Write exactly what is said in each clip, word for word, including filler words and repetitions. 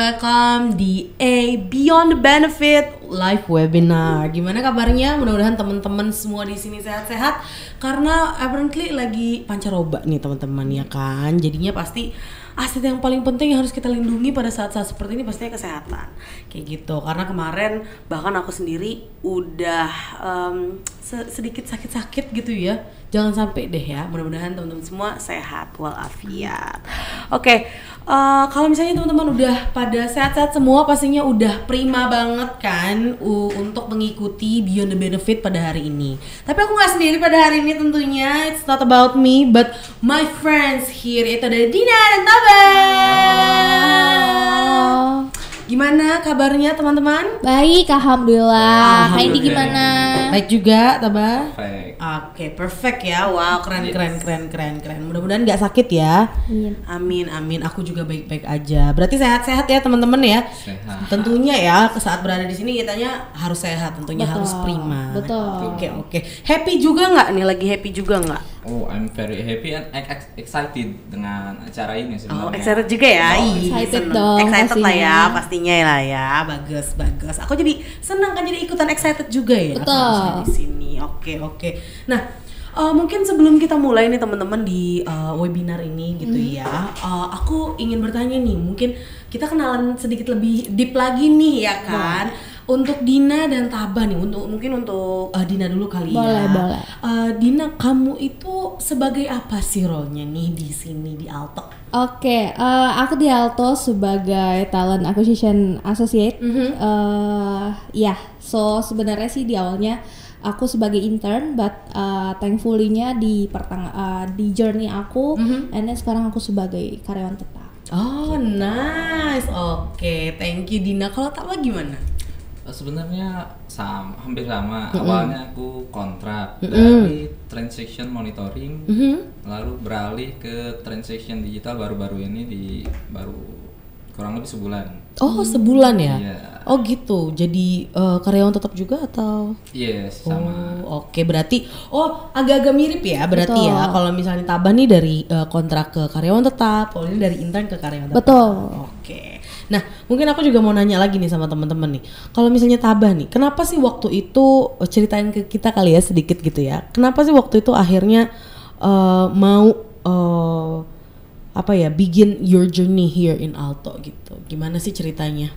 welcome di A Beyond the Benefit live webinar. Gimana kabarnya? Mudah-mudahan teman-teman semua di sini sehat-sehat karena apparently lagi pancaroba nih teman-teman ya kan. Jadinya pasti aset yang paling penting yang harus kita lindungi pada saat-saat seperti ini pastinya kesehatan. Kayak gitu. Karena kemarin bahkan aku sendiri udah um, sedikit sakit-sakit gitu ya. Jangan sampai deh ya. Mudah-mudahan teman-teman semua sehat walafiat. Oke, okay. uh, kalau misalnya teman-teman udah pada sehat-sehat semua, pastinya udah prima banget kan uh, untuk mengikuti Beyond the Benefit pada hari ini. Tapi aku nggak sendiri pada hari ini tentunya. It's not about me, but my friends here. Itu ada Dina dan Taba. Gimana kabarnya teman-teman? Baik, alhamdulillah. Kak Indi gimana? Baik juga, Taba. Perfect. Oke, okay, perfect ya. Wow, keren, yes. keren, keren, keren, keren. Mudah-mudahan nggak sakit ya. Iya. Amin, amin. Aku juga baik-baik aja. Berarti sehat-sehat ya teman-teman ya. Sehat. Tentunya ya, saat berada di sini kitanya harus sehat, tentunya Betul. harus prima. Betul. Oke, okay, oke. Okay. Happy juga nggak nih? Lagi happy juga nggak? Oh, I'm very happy and ex- excited dengan acara ini sebenarnya. Oh, excited juga ya. Oh, Ih, excited seneng. dong, Excited lah ya, pastinya. pastinya lah ya. Bagus, bagus. Aku jadi senang kan jadi ikutan excited juga ya. Betul. kalau misalnya di sini. Oke, oke. Nah, uh, mungkin sebelum kita mulai nih teman-teman di uh, webinar ini gitu Mm-hmm. ya. Uh, aku ingin bertanya nih, mungkin kita kenalan sedikit lebih deep lagi nih ya kan. Untuk Dina dan Taba nih, untuk mungkin untuk uh, Dina dulu kali Boleh, ya. boleh. Uh, Dina, kamu itu sebagai apa sih role-nya nih di sini di Alto? Oke, eh, aku di Alto sebagai Talent Acquisition Associate. Mhm. Eh, ya, so sebenarnya sih di awalnya aku sebagai intern, but uh, thankfully-nya di pertang uh, di journey aku, Mhm. and then sekarang aku sebagai karyawan tetap. Oh, nice. Oke, thank you Dina. Kalau Taba gimana? Uh, Sebenarnya sama, hampir sama. Mm-mm. Awalnya aku kontrak Mm-mm. dari transaction monitoring, Mhm. lalu beralih ke transaction digital baru-baru ini di baru kurang lebih sebulan. Oh, sebulan ya? Iya. Oh gitu. Jadi eh, karyawan tetap juga atau? Yes, sama. Oh, oke. Berarti oh agak-agak mirip ya berarti Betul. ya. Kalau misalnya Taba nih dari eh, kontrak ke karyawan tetap, kalau ini dari intern ke karyawan tetap. Betul. Oke. Nah, mungkin aku juga mau nanya lagi nih sama teman-teman nih. Kalau misalnya Taba nih, kenapa sih waktu itu eh, ceritain ke kita kali ya sedikit gitu ya. Kenapa sih waktu itu akhirnya eh, mau eh, apa ya, begin your journey here in Alto gitu. Gimana sih ceritanya?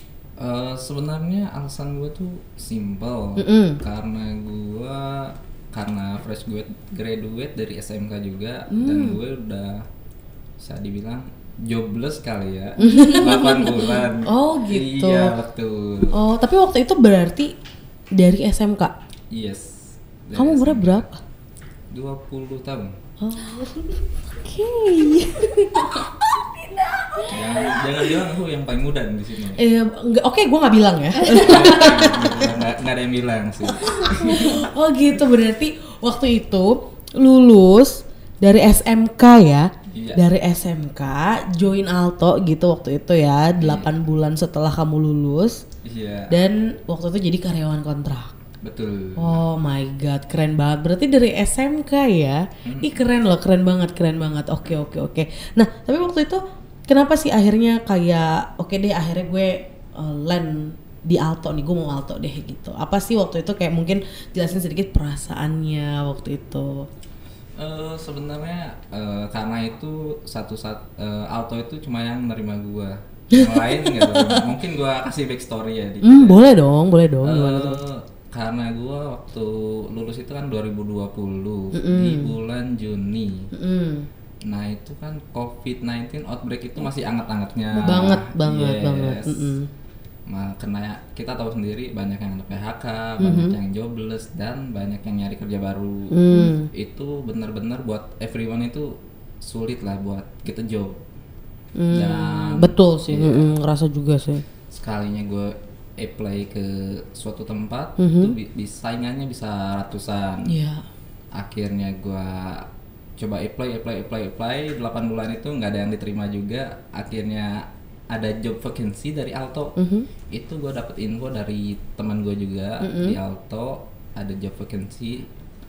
Uh, sebenarnya alasan gue tuh simple. Mm-mm. Karena gue karena fresh gue graduate dari S M K juga, Mm. dan gue udah bisa dibilang jobless kali ya. delapan bulan. Oh, gitu. Iya, betul. Oh, tapi waktu itu berarti dari S M K. Yes. Dari Kamu umurnya S M K. berapa? dua puluh tahun. Oh. Oke. Jangan, jangan bilang aku yang paling muda di sini. Eh, enggak, oke, gue nggak bilang ya. Nggak nggak ada yang bilang sih. Oh gitu, berarti waktu itu lulus dari S M K ya. Iya. Dari S M K join Alto gitu waktu itu ya, delapan bulan setelah kamu lulus. Iya. Dan waktu itu jadi karyawan kontrak. Betul. Oh my god, keren banget. Berarti dari S M K ya. Hmm. Ih keren loh, keren banget, keren banget. Oke, oke, oke. Nah, tapi waktu itu kenapa sih akhirnya kayak oke deh akhirnya gue uh, land di Alto nih, gue mau Alto deh gitu. Apa sih waktu itu kayak mungkin jelasin sedikit perasaannya waktu itu. Eh, sebenarnya eh, karena itu satu saat eh, Alto itu cuma yang nerima gua, yang lain nggak tahu. Mungkin gua kasih backstory ya. dikit Hmm, ya. boleh dong, boleh dong. Eh, Gimana tuh? karena gua waktu lulus itu kan dua ribu dua puluh Mm-mm. di bulan Juni. Mm-mm. Nah itu kan covid sembilan belas outbreak itu masih anget-angetnya. Banget, banget, Yes. banget. Mm-mm. Nah, kena kita tahu sendiri banyak yang P H K, Mhm. banyak yang jobless, dan banyak yang nyari kerja baru. Mm. Itu benar-benar buat everyone itu sulit lah buat kita job. Hmm, Dan betul sih, iya, mm-mm, ngerasa juga sih. sekalinya gue apply ke suatu tempat Mhm. itu bi- bi- saingannya bisa ratusan. Iya. Akhirnya gue coba apply, apply, apply, apply. delapan bulan itu nggak ada yang diterima juga. Akhirnya ada job vacancy dari Alto. Mhm. Itu gue dapet info dari teman gue juga Mhm. di Alto ada job vacancy.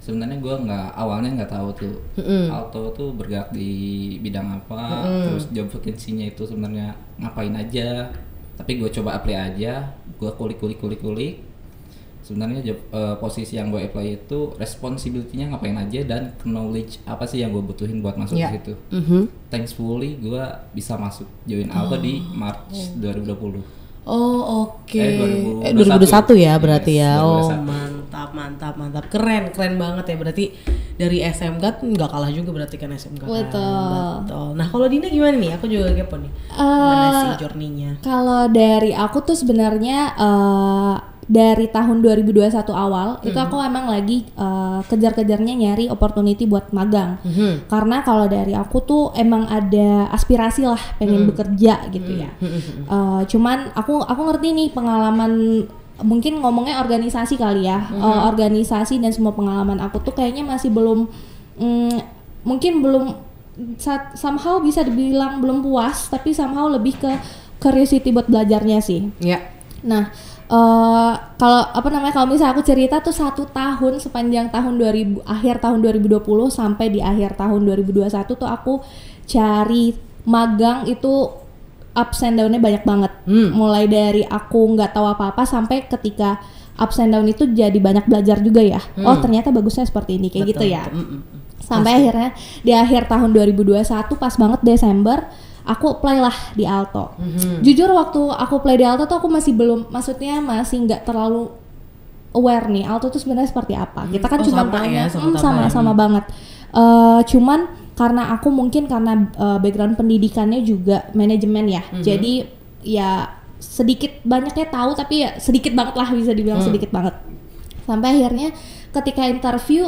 sebenarnya gue nggak awalnya nggak tahu tuh Mm-mm. Alto tuh bergerak di bidang apa, Mm-mm. terus job vacancy-nya itu sebenarnya ngapain aja. Tapi gue coba apply aja, gue kulik-kulik-kulik-kulik. Sebenarnya job eh, posisi yang gue apply itu responsibility-nya ngapain aja dan knowledge apa sih yang gue butuhin buat masuk Yeah. ke situ. Mhm. Thankfully gue bisa masuk join Alto di March dua ribu dua puluh. Oh oke. Eh, dua ribu dua puluh satu. Eh, dua ribu dua puluh satu ya berarti Yes, ya. dua ribu dua Oh puluh satu. mantap mantap mantap. Keren keren banget ya berarti dari S M K nggak kalah juga berarti kan S M K. Kan? Betul. Betul. Nah kalau Dina gimana nih? Aku juga kepo nih. Gimana Eh, sih journey-nya? Kalau dari aku tuh sebenarnya eh, dari tahun dua ribu dua puluh satu awal itu aku emang lagi eh, kejar-kejarnya nyari opportunity buat magang. Mhm. Karena kalau dari aku tuh emang ada aspirasi lah pengen bekerja gitu ya. Eh, cuman aku aku ngerti nih pengalaman, mungkin ngomongnya organisasi kali ya. Eh, organisasi dan semua pengalaman aku tuh kayaknya masih belum mm, mungkin belum sa- somehow bisa dibilang belum puas, tapi somehow lebih ke curiosity buat belajarnya sih. Ya. Nah, eh kalau apa namanya kalau misalnya aku cerita tuh satu tahun sepanjang tahun dua ribu akhir tahun dua ribu dua puluh sampai di akhir tahun dua ribu dua puluh satu tuh aku cari magang itu ups and down-nya banyak banget. Hmm. Mulai dari aku nggak tahu apa-apa sampai ketika ups and down itu jadi banyak belajar juga ya. Oh, ternyata bagusnya seperti ini kayak gitu Betul, ya. betul. Mm, mm, mm. Sampai akhirnya di akhir tahun dua ribu dua puluh satu pas banget Desember aku apply lah di Alto. Jujur waktu aku apply di Alto tuh aku masih belum, maksudnya masih nggak terlalu aware nih Alto tuh sebenarnya seperti apa. Kita kan Oh, cuma sama taunya ya, sama hmm, sama sama ya. sama banget. Eh, cuman karena aku mungkin karena eh, background pendidikannya juga manajemen ya, jadi ya sedikit banyaknya tahu tapi ya sedikit banget lah, bisa dibilang sedikit banget. Sampai akhirnya ketika interview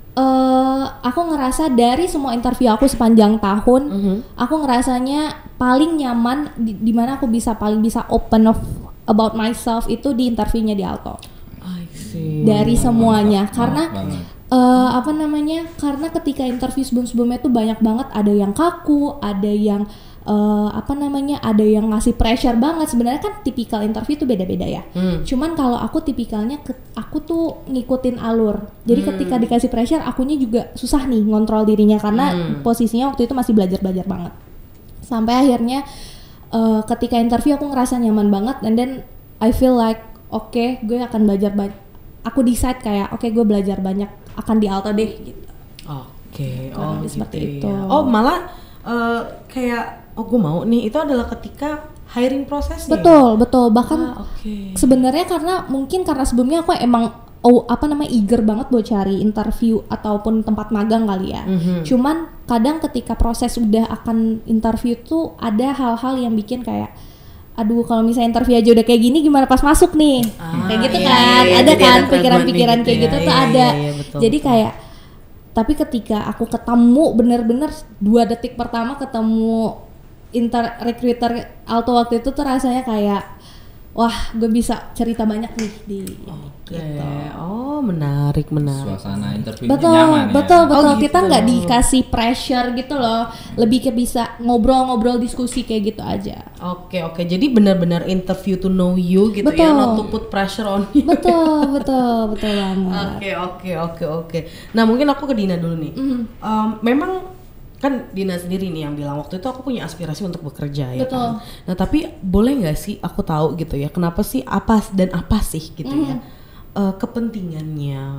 eh aku ngerasa dari semua interview aku sepanjang tahun, aku ngerasanya paling nyaman di, di mana aku bisa paling bisa open of about myself itu di interviewnya di Alto. I see. Dari semuanya Mantap, karena mantap banget. eh, apa namanya? Karena ketika interview sebelum-sebelumnya tuh banyak banget, ada yang kaku, ada yang eh, apa namanya? Ada yang ngasih pressure banget. Sebenarnya kan tipikal interview tuh beda-beda ya. Hmm. Cuman kalau aku tipikalnya ke- aku tuh ngikutin alur. Jadi ketika dikasih pressure, akunya juga susah nih ngontrol dirinya karena posisinya waktu itu masih belajar-belajar banget. Sampai akhirnya eh, ketika interview aku ngerasa nyaman banget, and then I feel like oke, okay, gue akan belajar banyak. Aku decide kayak oke, okay, gue belajar banyak akan di Alto deh gitu. Oke, Kurang oh lebih gitu seperti ya. itu. Oh malah eh, kayak oh gue mau nih itu adalah ketika hiring prosesnya. Betul, betul. Bahkan Ah, oke. sebenarnya karena mungkin karena sebelumnya aku emang oh apa namanya eager banget buat cari interview ataupun tempat magang kali ya. Cuman kadang ketika proses udah akan interview tuh ada hal-hal yang bikin kayak aduh kalau misalnya interview aja udah kayak gini gimana pas masuk nih. Ah, kayak gitu iya, kan. iya, iya. Ada Jadi kan ada pikiran-pikiran keraguan kayak gitu gitu ya. tuh Iya, ada. iya, iya, betul, Jadi betul. kayak tapi ketika aku ketemu bener-bener dua detik pertama ketemu inter recruiter Alto waktu itu tuh rasanya kayak wah gue bisa cerita banyak nih di ini. Oke. Gitu. Oh menarik menarik. Suasana interviewnya Betul, nyaman ya. betul, betul. Oh, Kita gitu. nggak dikasih pressure gitu loh. Lebih ke bisa ngobrol-ngobrol diskusi kayak gitu aja. Oke oke. Jadi benar-benar interview to know you gitu ya, Betul. not to put pressure on you. Betul, betul, betul banget. Oke oke oke oke. Nah mungkin aku ke Dina dulu nih. Em, memang kan Dina sendiri nih yang bilang waktu itu aku punya aspirasi untuk bekerja ya Betul. kan. Nah tapi boleh nggak sih aku tahu gitu ya kenapa sih apa dan apa sih gitu ya Eh, kepentingannya,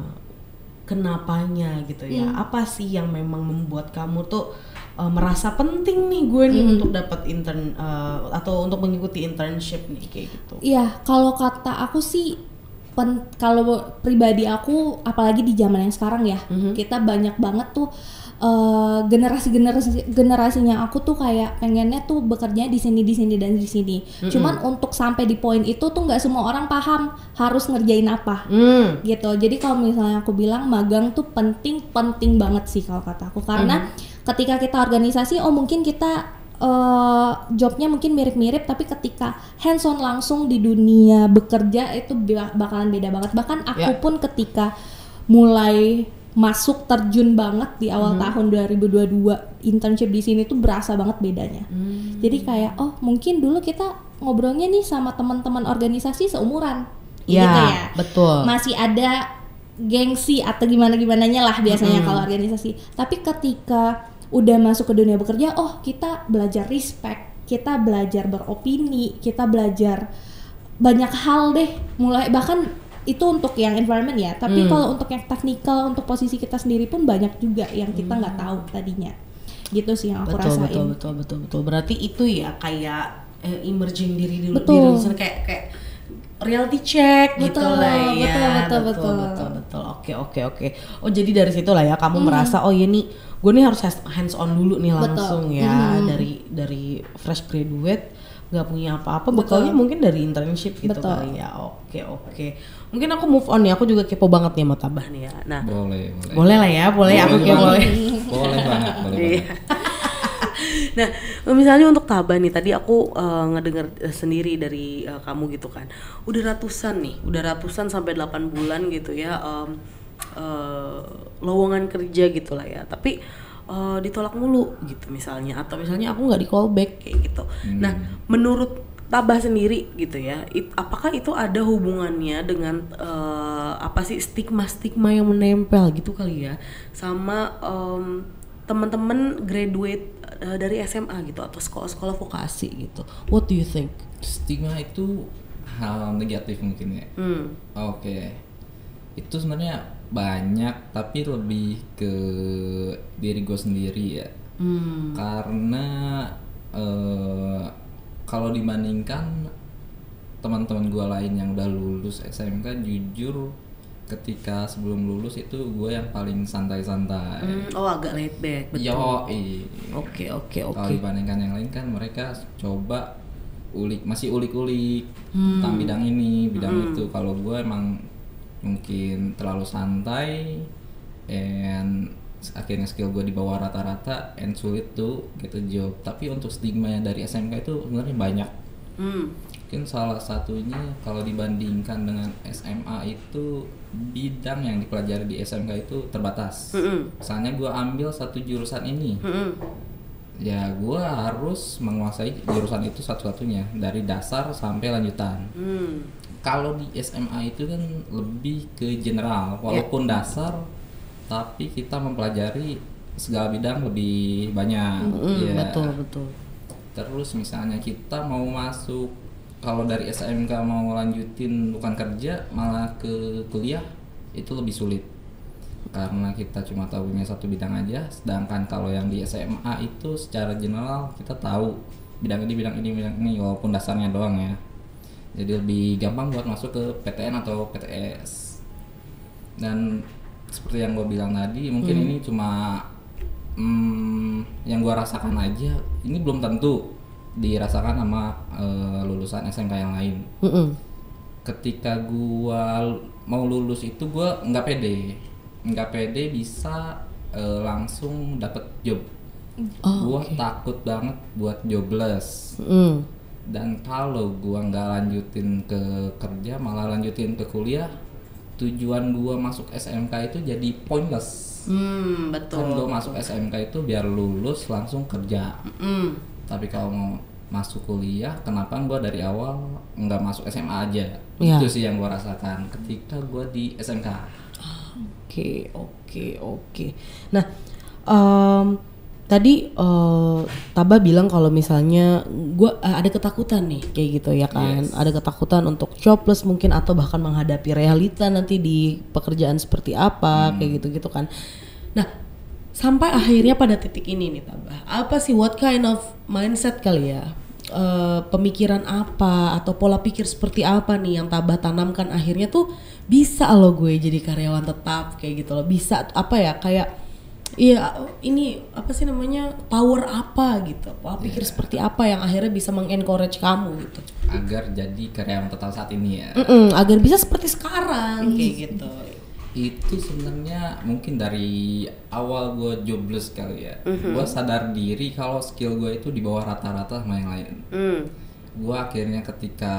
kenapanya gitu ya. Apa sih yang memang membuat kamu tuh eh, merasa penting nih gue nih untuk dapat intern eh, atau untuk mengikuti internship nih kayak gitu. Iya, kalau kata aku sih pen, kalau pribadi aku apalagi di zaman yang sekarang ya, kita banyak banget tuh eh, generasi-generasi generasinya aku tuh kayak pengennya tuh bekerja di sini di sini dan di sini. Cuman untuk sampai di poin itu tuh nggak semua orang paham harus ngerjain apa. Hmm. Gitu. Jadi kalau misalnya aku bilang magang tuh penting penting banget sih kalau kata aku karena ketika kita organisasi oh mungkin kita eh, jobnya mungkin mirip-mirip tapi ketika hands on langsung di dunia bekerja itu ba- bakalan beda banget. Bahkan aku Ya. pun ketika mulai masuk terjun banget di awal tahun dua ribu dua puluh dua internship di sini tuh berasa banget bedanya. Jadi kayak oh mungkin dulu kita ngobrolnya nih sama teman-teman organisasi seumuran. Ya, Gitu ya. betul. Masih ada gengsi atau gimana-gimananya lah biasanya Mm-hmm. kalau organisasi. Tapi ketika udah masuk ke dunia bekerja, oh kita belajar respect, kita belajar beropini, kita belajar banyak hal deh. Mulai bahkan itu untuk yang environment ya. Tapi Mm. kalau untuk yang technical, untuk posisi kita sendiri pun banyak juga yang kita nggak tahu tadinya. Gitu sih yang aku betul, rasain. betul betul betul betul berarti itu ya kayak eh, emerging diri dulu Betul. diri sendiri, kayak kayak reality check gitu Betul, lah ya. betul, betul, betul. betul betul oke oke oke oh jadi dari situ lah ya kamu Hmm. merasa oh ya nih gue nih harus hands on dulu nih Betul. langsung ya Hmm. dari dari fresh graduate nggak punya apa-apa, Betul. bekalnya mungkin dari internship gitu Betul. kali ya. Oke oke mungkin aku move on nih, aku juga kepo banget nih sama Tabah nih ya. Nah Boleh, boleh. boleh lah ya, boleh, aku kepo boleh. Boleh banget, boleh Iya. banget. Nah, misalnya untuk Tabah nih, tadi aku uh, ngedenger uh, sendiri dari uh, kamu gitu kan, udah ratusan nih, udah ratusan sampai delapan bulan gitu ya, um, uh, lowongan kerja gitu lah ya, tapi uh, ditolak mulu gitu misalnya, atau misalnya aku nggak di call back kayak gitu. Hmm. Nah, menurut Tabah sendiri gitu ya, it, apakah itu ada hubungannya dengan uh, apa sih stigma-stigma yang menempel gitu kali ya, sama um, teman-teman graduate uh, dari S M A gitu atau sekolah-sekolah vokasi gitu. What do you think? Stigma itu hal negatif mungkin ya. Hmm. Oke. Itu sebenarnya banyak tapi lebih ke diri gue sendiri ya. Hmm. Karena eh, kalau dibandingkan teman-teman gue lain yang udah lulus S M K, jujur ketika sebelum lulus itu gue yang paling santai-santai. Hmm, oh agak laid back, betul. Yoi. Oke oke Kalau oke. dibandingkan yang lain kan mereka coba ulik, masih ulik-ulik Hmm. tentang bidang ini, bidang Hmm. itu. Kalau gue emang mungkin terlalu santai, and akhirnya skill gue di bawah rata-rata, and sulit tuh get a job. Tapi untuk stigma dari S M K itu sebenarnya banyak. Hmm. Mungkin salah satunya kalau dibandingkan dengan S M A itu bidang yang dipelajari di S M K itu terbatas. Mm-mm. Misalnya gue ambil satu jurusan ini, Mm-mm. ya gue harus menguasai jurusan itu satu-satunya dari dasar sampai lanjutan. Hmm. Kalau di S M A itu kan lebih ke general, walaupun dasar, tapi kita mempelajari segala bidang lebih banyak. Mm-mm, Ya. betul betul. Terus misalnya kita mau masuk, kalau dari S M K mau lanjutin bukan kerja malah ke kuliah, itu lebih sulit karena kita cuma tahunya satu bidang aja. Sedangkan kalau yang di S M A itu secara general kita tahu bidang ini, bidang ini, bidang ini, walaupun dasarnya doang ya. Jadi lebih gampang buat masuk ke P T N atau P T S. Dan seperti yang gue bilang tadi, mungkin Hmm. ini cuma hmm, yang gue rasakan aja. Ini belum tentu dirasakan sama uh, lulusan S M K yang lain. Mm-mm. Ketika gua mau lulus itu gua nggak pede, nggak pede bisa uh, langsung dapet job. Oh, Gua oke. takut banget buat jobless. Mm. Dan kalau gua nggak lanjutin ke kerja, malah lanjutin ke kuliah, tujuan gua masuk S M K itu jadi pointless. Hmm, betul. Kan gua masuk S M K itu biar lulus langsung kerja. Mm. Tapi kalau mau masuk kuliah, kenapa gue dari awal nggak masuk S M A aja? Iya. Itu sih yang gue rasakan ketika gue di S M K. Oke oke oke. Nah, em, tadi eh, Tabah bilang kalau misalnya gua eh, ada ketakutan nih kayak gitu ya kan, Yes. ada ketakutan untuk jobless mungkin atau bahkan menghadapi realita nanti di pekerjaan seperti apa kayak gitu-gitu kan. Nah, sampai akhirnya pada titik ini nih Tabah, apa sih, what kind of mindset kali ya, Eh, pemikiran apa atau pola pikir seperti apa nih yang Tabah tanamkan akhirnya tuh bisa loh gue jadi karyawan tetap kayak gitu loh, bisa apa ya kayak iya ini apa sih namanya, power apa gitu, pola pikir Yeah. seperti apa yang akhirnya bisa mengencourage kamu gitu. Agar jadi karyawan tetap saat ini ya. Mm-mm, agar bisa seperti sekarang kayak gitu. Itu sebenarnya mungkin dari awal gue jobless kali ya. Mhm. Gue sadar diri kalau skill gue itu di bawah rata-rata sama yang lain. Mm. Gue akhirnya ketika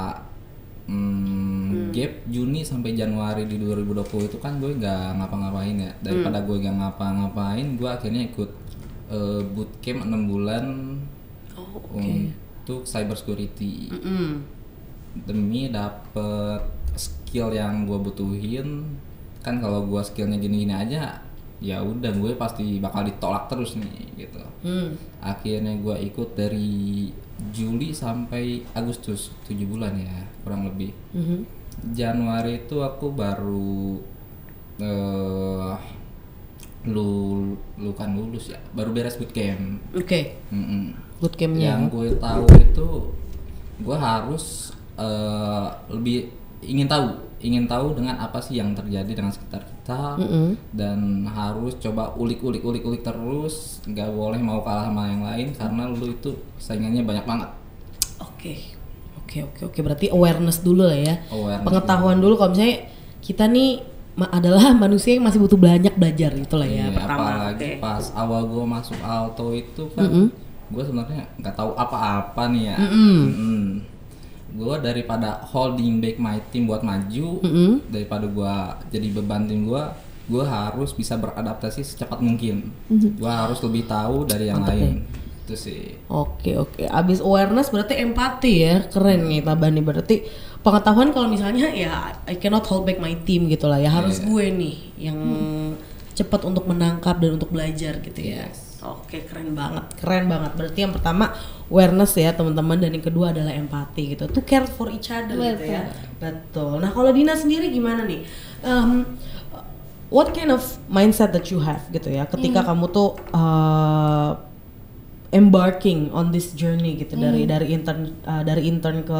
hmm, gap Juni sampai Januari di dua ribu dua puluh itu kan gue nggak ngapa-ngapain ya. Daripada gue nggak ngapa-ngapain, gue akhirnya ikut eh, bootcamp enam bulan Oh, oke. untuk cyber security Mm-mm. demi dapet skill yang gue butuhin. kan kalau gue skillnya gini-gini aja ya udah gue pasti bakal ditolak terus nih gitu. Hmm. Akhirnya gue ikut dari Juli sampai Agustus, tujuh bulan ya kurang lebih. Mm-hmm. Januari itu aku baru uh, lu lu kan lulus ya, baru beres bootcamp. Oke. Okay. Bootcampnya. Yang gue tahu itu gue harus uh, lebih ingin tahu, ingin tahu dengan apa sih yang terjadi dengan sekitar kita, mm-hmm. dan harus coba ulik-ulik ulik-ulik terus, nggak boleh mau kalah sama yang lain karena lu itu saingannya banyak banget. Oke, oke, oke, oke. Berarti awareness dulu lah ya, awareness pengetahuan dulu. dulu kalau misalnya kita nih ma- adalah manusia yang masih butuh banyak belajar gitu lah ya. Iya, pertama. Apalagi okay. pas awal gue masuk Alto itu kan, mm-hmm. gue sebenarnya nggak tahu apa-apa nih ya. Mm-hmm. Mm-hmm. Gue daripada holding back my team buat maju, mm-hmm. daripada gue jadi beban tim gue, gue harus bisa beradaptasi secepat mungkin. Mm-hmm. Gue harus lebih tahu dari yang Mantap lain. Ya. Itu sih. Oke oke. Abis awareness berarti empati ya, keren nih Tabani. Berarti pengetahuan kalau misalnya ya I cannot hold back my team gitu lah ya, harus yeah. gue nih yang hmm. cepat untuk menangkap dan untuk belajar gitu ya. Yes. Oke, keren banget, keren banget. Berarti yang pertama awareness ya teman-teman, dan yang kedua adalah empati gitu, to care for each other. Betul. Gitu ya. Betul. Nah kalau Dina sendiri gimana nih? Um, what kind of mindset that you have gitu ya, ketika hmm. kamu tuh uh, embarking on this journey gitu, hmm. dari dari intern uh, dari intern ke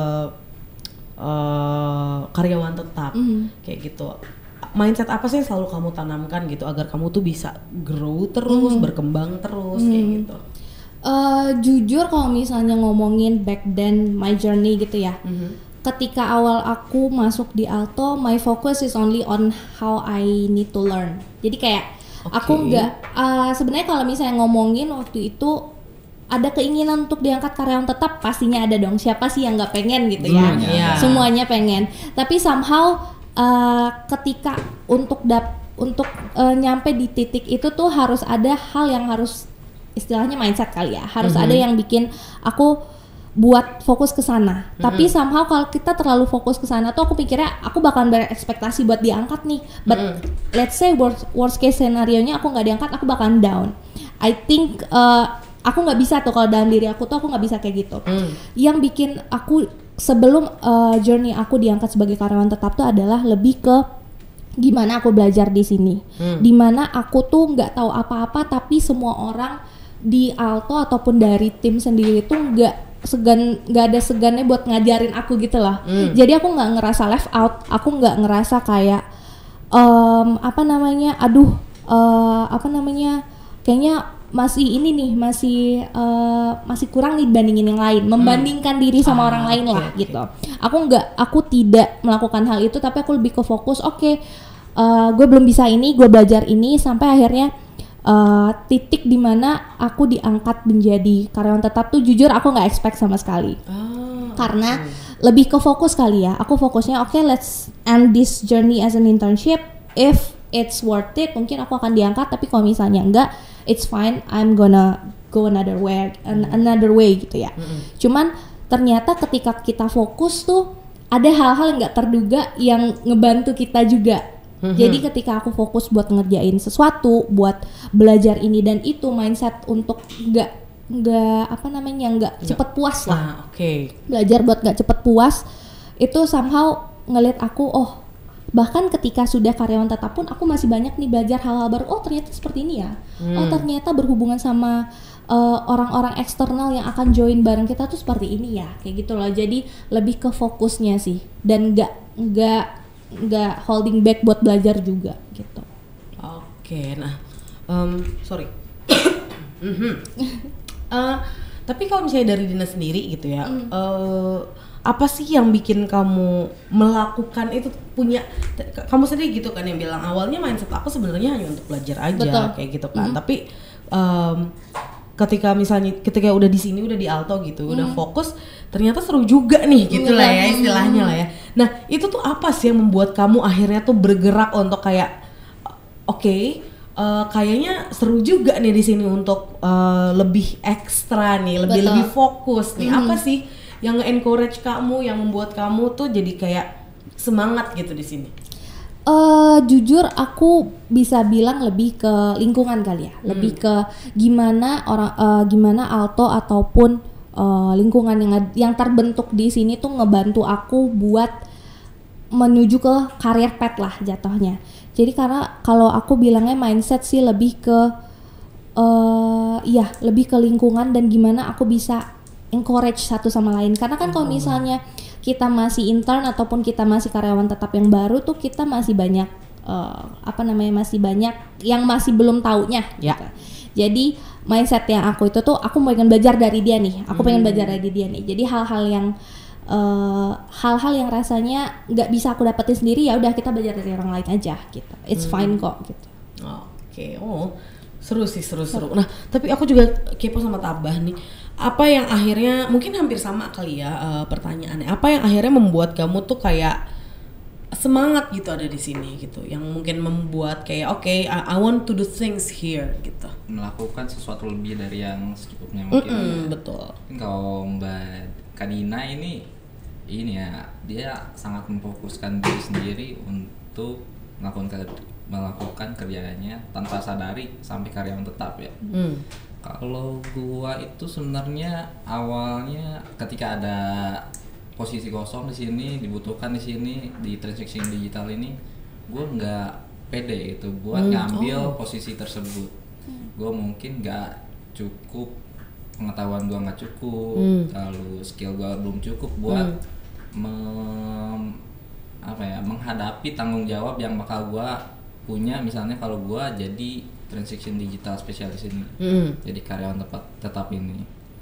uh, karyawan tetap, hmm. kayak gitu. Mindset apa sih yang selalu kamu tanamkan gitu agar kamu tuh bisa grow terus, mm. berkembang terus, mm. kayak gitu? Uh, jujur kalau misalnya ngomongin back then my journey gitu ya, mm-hmm. ketika awal aku masuk di Alto, my focus is only on how I need to learn. Jadi kayak okay. aku nggak, uh, sebenarnya kalau misalnya ngomongin waktu itu ada keinginan untuk diangkat karyawan tetap, pastinya ada dong. Siapa sih yang nggak pengen gitu ya? Semuanya, yeah. Semuanya pengen. Tapi somehow Uh, ketika untuk dap untuk uh, nyampe di titik itu tuh harus ada hal yang harus, istilahnya mindset kali ya, harus mm-hmm. ada yang bikin aku buat fokus ke sana. Mm-hmm. Tapi somehow kalau kita terlalu fokus ke sana tuh aku pikirnya aku bakalan berekspektasi buat diangkat nih. But mm-hmm. let's say worst, worst case scenario-nya aku nggak diangkat, aku bakalan down. I think uh, aku nggak bisa tuh, kalau dalam diri aku tuh aku nggak bisa kayak gitu. Mm. Yang bikin aku sebelum uh, journey aku diangkat sebagai karyawan tetap tuh adalah lebih ke gimana aku belajar di sini, hmm. dimana aku tuh nggak tahu apa-apa, tapi semua orang di Alto ataupun dari tim sendiri tuh nggak segan, nggak ada segannya buat ngajarin aku gitu lah. Hmm. Jadi aku nggak ngerasa left out, aku nggak ngerasa kayak um, apa namanya, aduh uh, apa namanya, kayaknya masih ini nih, masih uh, masih kurang nih dibandingin yang lain, membandingkan hmm. diri sama ah, orang lain okay, lah okay. gitu. Aku nggak, aku tidak melakukan hal itu, tapi aku lebih ke fokus. Oke, okay, uh, gue belum bisa ini, gue belajar ini sampai akhirnya uh, titik dimana aku diangkat menjadi karyawan tetap tuh jujur aku nggak expect sama sekali. Oh, karena okay. lebih ke fokus kali ya. Aku fokusnya oke, okay, let's end this journey as an internship. If it's worth it, mungkin aku akan diangkat. Tapi kalau misalnya enggak, it's fine, I'm gonna go another way, an- another way gitu ya. Mm-hmm. Cuman ternyata ketika kita fokus tuh ada hal-hal yang nggak terduga yang ngebantu kita juga. Mm-hmm. Jadi ketika aku fokus buat ngerjain sesuatu, buat belajar ini dan itu, mindset untuk nggak nggak apa namanya nggak cepet puas lah. Ah, Oke. Okay. Belajar buat nggak cepet puas itu somehow ngeliat aku, oh bahkan ketika sudah karyawan tetap pun aku masih banyak nih belajar hal-hal baru. Oh ternyata seperti ini ya. Hmm. Oh ternyata berhubungan sama uh, orang-orang eksternal yang akan join bareng kita tuh seperti ini ya. Kayak gitu loh. Jadi lebih ke fokusnya sih, dan nggak nggak nggak holding back buat belajar juga gitu. Oke, nah um, sorry. mm-hmm. uh, tapi kalau misalnya dari Dina sendiri gitu ya. Mm. Uh, apa sih yang bikin kamu melakukan itu, punya kamu sendiri gitu kan yang bilang awalnya mindset aku sebenarnya hanya untuk belajar aja. Betul. Kayak gitu kan. Mm-hmm. Tapi um, ketika misalnya ketika udah di sini, udah di Alto gitu, mm. udah fokus, ternyata seru juga nih gitu mm-hmm. lah ya istilahnya mm-hmm. lah ya. Nah itu tuh apa sih yang membuat kamu akhirnya tuh bergerak untuk kayak oke okay, uh, kayaknya seru juga nih di sini untuk uh, lebih ekstra nih, lebih Betul. lebih fokus nih. Mm-hmm. Apa sih yang nge-encourage kamu, yang membuat kamu tuh jadi kayak semangat gitu di sini? Uh, jujur aku bisa bilang lebih ke lingkungan kali ya, hmm. lebih ke gimana orang uh, gimana Alto ataupun uh, lingkungan yang yang terbentuk di sini tuh ngebantu aku buat menuju ke karir pet lah jatuhnya. Jadi karena kalau aku bilangnya mindset sih lebih ke uh, ya lebih ke lingkungan dan gimana aku bisa encourage satu sama lain. Karena kan kalau misalnya kita masih intern ataupun kita masih karyawan tetap yang baru tuh kita masih banyak uh, apa namanya masih banyak yang masih belum taunya ya. Gitu. Jadi mindset yang aku itu tuh aku pengen belajar dari dia nih, aku pengen hmm. belajar dari dia nih. Jadi hal-hal yang uh, hal-hal yang rasanya nggak bisa aku dapetin sendiri ya udah kita belajar dari orang lain aja gitu. It's hmm. fine kok gitu. Oke, okay. oh seru sih seru-seru. Nah tapi aku juga kepo sama Tabah nih. Apa yang akhirnya mungkin hampir sama kali ya uh, pertanyaannya. Apa yang akhirnya membuat kamu tuh kayak semangat gitu ada di sini gitu. Yang mungkin membuat kayak oke okay, I, I want to do things here gitu. Melakukan sesuatu lebih dari yang secukupnya mungkin. Mm-mm, betul. Kalau Mbak Kadina ini ini ya dia sangat memfokuskan diri sendiri untuk melakukan melakukan kerjanya tanpa sadari sampai karyawan tetap ya. Mm. Kalau gua itu sebenarnya awalnya ketika ada posisi kosong di sini dibutuhkan di sini di transaksi digital ini, gua nggak pede itu buat hmm. ngambil oh. posisi tersebut. Gua mungkin nggak cukup pengetahuan gua nggak cukup, hmm. lalu skill gua belum cukup buat hmm. mem, apa ya menghadapi tanggung jawab yang bakal gua punya misalnya kalau gua jadi transaction digital spesialis ini, mm. jadi karyawan tetap tetap ini.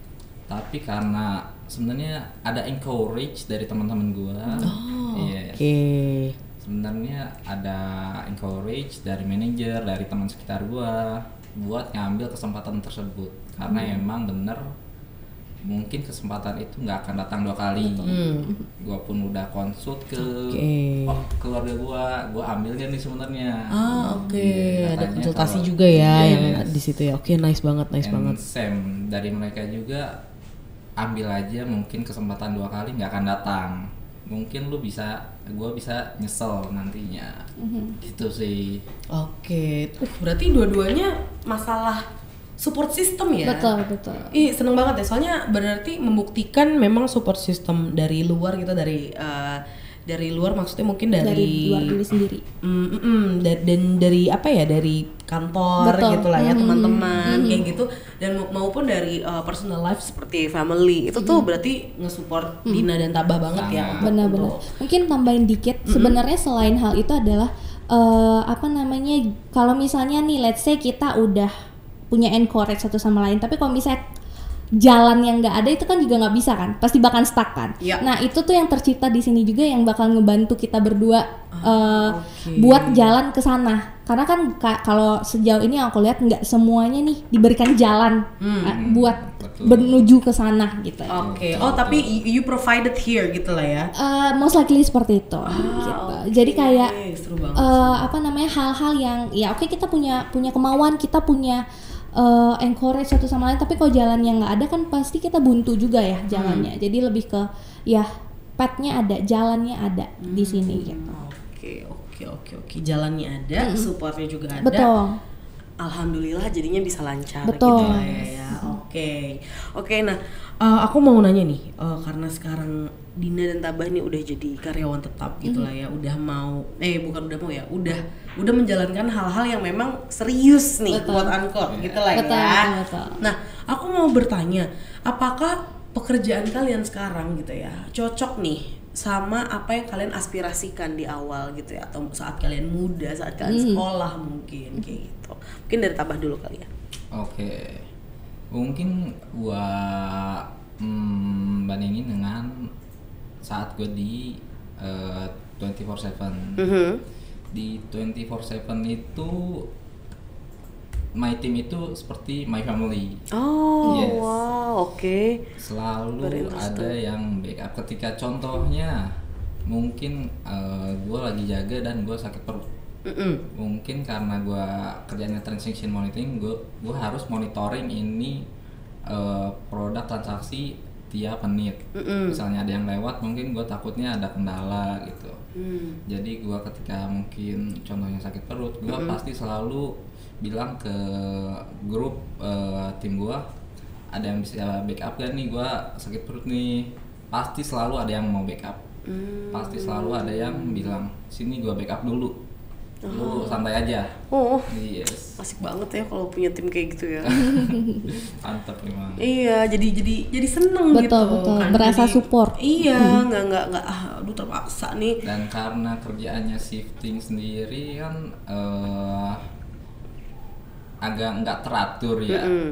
Tapi karena sebenarnya ada encourage dari teman-teman gua, oh, yes. oke. Okay. Sebenarnya ada encourage dari manajer, dari teman sekitar gua buat ngambil kesempatan tersebut karena mm. emang bener mungkin kesempatan itu nggak akan datang dua kali. Hmm. Gua pun udah konsult ke okay. oh, keluarga gua, gua ambilnya nih sebenarnya. Ah oke, okay. Ada konsultasi kalau, juga ya yes. yang di situ ya. Oke, okay, nice banget, nice And banget. Same dari mereka juga ambil aja mungkin kesempatan dua kali nggak akan datang. Mungkin lu bisa, gua bisa nyesel nantinya. Mm-hmm. Gitu sih. Oke, okay. uh, berarti dua-duanya masalah support system ya. Betul, betul. Ih, seneng banget ya. Soalnya berarti membuktikan memang support system dari luar gitu, dari uh, dari luar maksudnya mungkin dari, dari luar diri sendiri. Mm, mm, mm, dan, dan dari apa ya? Dari kantor gitu lah ya, mm, teman-teman mm. kayak gitu dan maupun dari uh, personal life seperti family. Itu mm. tuh berarti nge-support mm. Dina dan Tabah banget nah, ya. Benar-benar. Mungkin tambahin dikit, mm-hmm. sebenarnya selain hal itu adalah uh, apa namanya? Kalau misalnya nih let's say kita udah punya encourage satu sama lain, tapi kalau misalnya jalan yang nggak ada itu kan juga nggak bisa kan, pasti bakal stuck kan. Ya. Nah itu tuh yang tercipta di sini juga yang bakal ngebantu kita berdua oh, uh, okay. buat jalan ke sana. Karena kan ka- kalau sejauh ini aku lihat nggak semuanya nih diberikan jalan hmm. uh, buat Betul. menuju ke sana gitu. Oke. Okay. Oh tapi you provided here gitu lah ya? Uh, most likely seperti itu. Ah, gitu. Okay. Jadi kayak uh, apa namanya hal-hal yang ya oke okay, kita punya punya kemauan, kita punya Uh, encourage satu sama lain, tapi kalau jalan yang nggak ada kan pasti kita buntu juga ya jalannya. Hmm. Jadi lebih ke ya petnya ada, jalannya ada hmm. di sini gitu. Oke oke oke oke jalannya ada, hmm. supportnya juga ada. Betul. Alhamdulillah jadinya bisa lancar. Betul. Gitu lah ya. ya. Oke oke nah uh, aku mau nanya nih uh, karena sekarang Dina dan Tabah nih udah jadi karyawan tetap gitu lah ya, udah mau eh bukan udah mau ya, udah udah menjalankan hal-hal yang memang serius nih, quote unquote gitu lah betul, ya. Betul, betul. Nah, aku mau bertanya, apakah pekerjaan kalian sekarang gitu ya cocok nih sama apa yang kalian aspirasikan di awal gitu ya, atau saat kalian muda, saat kalian hmm. sekolah mungkin kayak gitu. Mungkin dari Tabah dulu kali ya. Oke, mungkin gua hmm, bandingin dengan saat gue di uh, dua puluh empat tujuh. Mm-hmm. Di dua puluh empat tujuh itu my team itu seperti my family. Oh, yes. Wow, oke. Okay. Selalu ada yang backup ketika contohnya mungkin uh, gue lagi jaga dan gue sakit perut. Mm-mm. Mungkin karena gue kerjanya transaction monitoring, gue gue harus monitoring ini uh, produk transaksi panitia penit. Mm-mm. Misalnya ada yang lewat, mungkin gue takutnya ada kendala gitu. Mm. Jadi gue ketika mungkin contohnya sakit perut, gue mm-hmm. pasti selalu bilang ke grup uh, tim gue, ada yang bisa backup gak nih, gue sakit perut nih. Pasti selalu ada yang mau backup. Mm. Pasti selalu ada yang bilang, sini gue backup dulu. Lu santai aja. Oh, yes. Asik banget ya kalau punya tim kayak gitu ya. Mantap memang. Iya, jadi jadi jadi seneng betul, gitu. Betul, Kan? berasa jadi, support. Iya, nggak hmm. nggak nggak, ah, aduh terpaksa nih. Dan karena kerjaannya shifting sendiri kan uh, agak nggak teratur ya. Mm-hmm.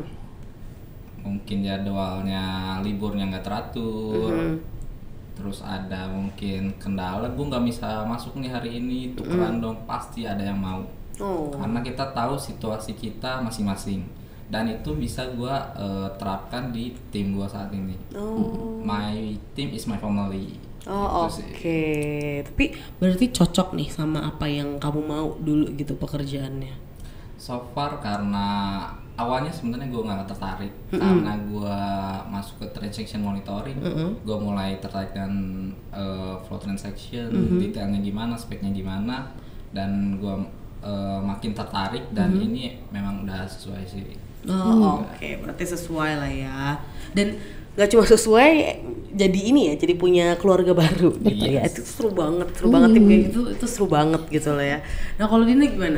Mungkin jadwalnya liburnya nggak teratur. Mm-hmm. Terus ada mungkin kendala, gue nggak bisa masuk nih hari ini, tukeran mm. dong, pasti ada yang mau. Oh. Karena kita tahu situasi kita masing-masing, dan itu bisa gue uh, terapkan di tim gue saat ini. Oh. My team is my family. Oh oke, okay. Tapi berarti cocok nih sama apa yang kamu mau dulu gitu pekerjaannya? So far karena awalnya sebenarnya gue nggak tertarik, mm-hmm. karena gue masuk ke transaction monitoring, mm-hmm. gue mulai tertarik dengan uh, flow transaction, mm-hmm. detailnya gimana, speknya gimana, dan gue uh, makin tertarik dan mm-hmm. ini memang udah sesuai sih. Oh oke, okay. Berarti sesuai lah ya. Dan nggak cuma sesuai, jadi ini ya, jadi punya keluarga baru gitu yes. ya. Itu seru banget, seru mm. banget tim kayak gitu, itu seru banget gitu lah ya. Nah kalau Dina gimana?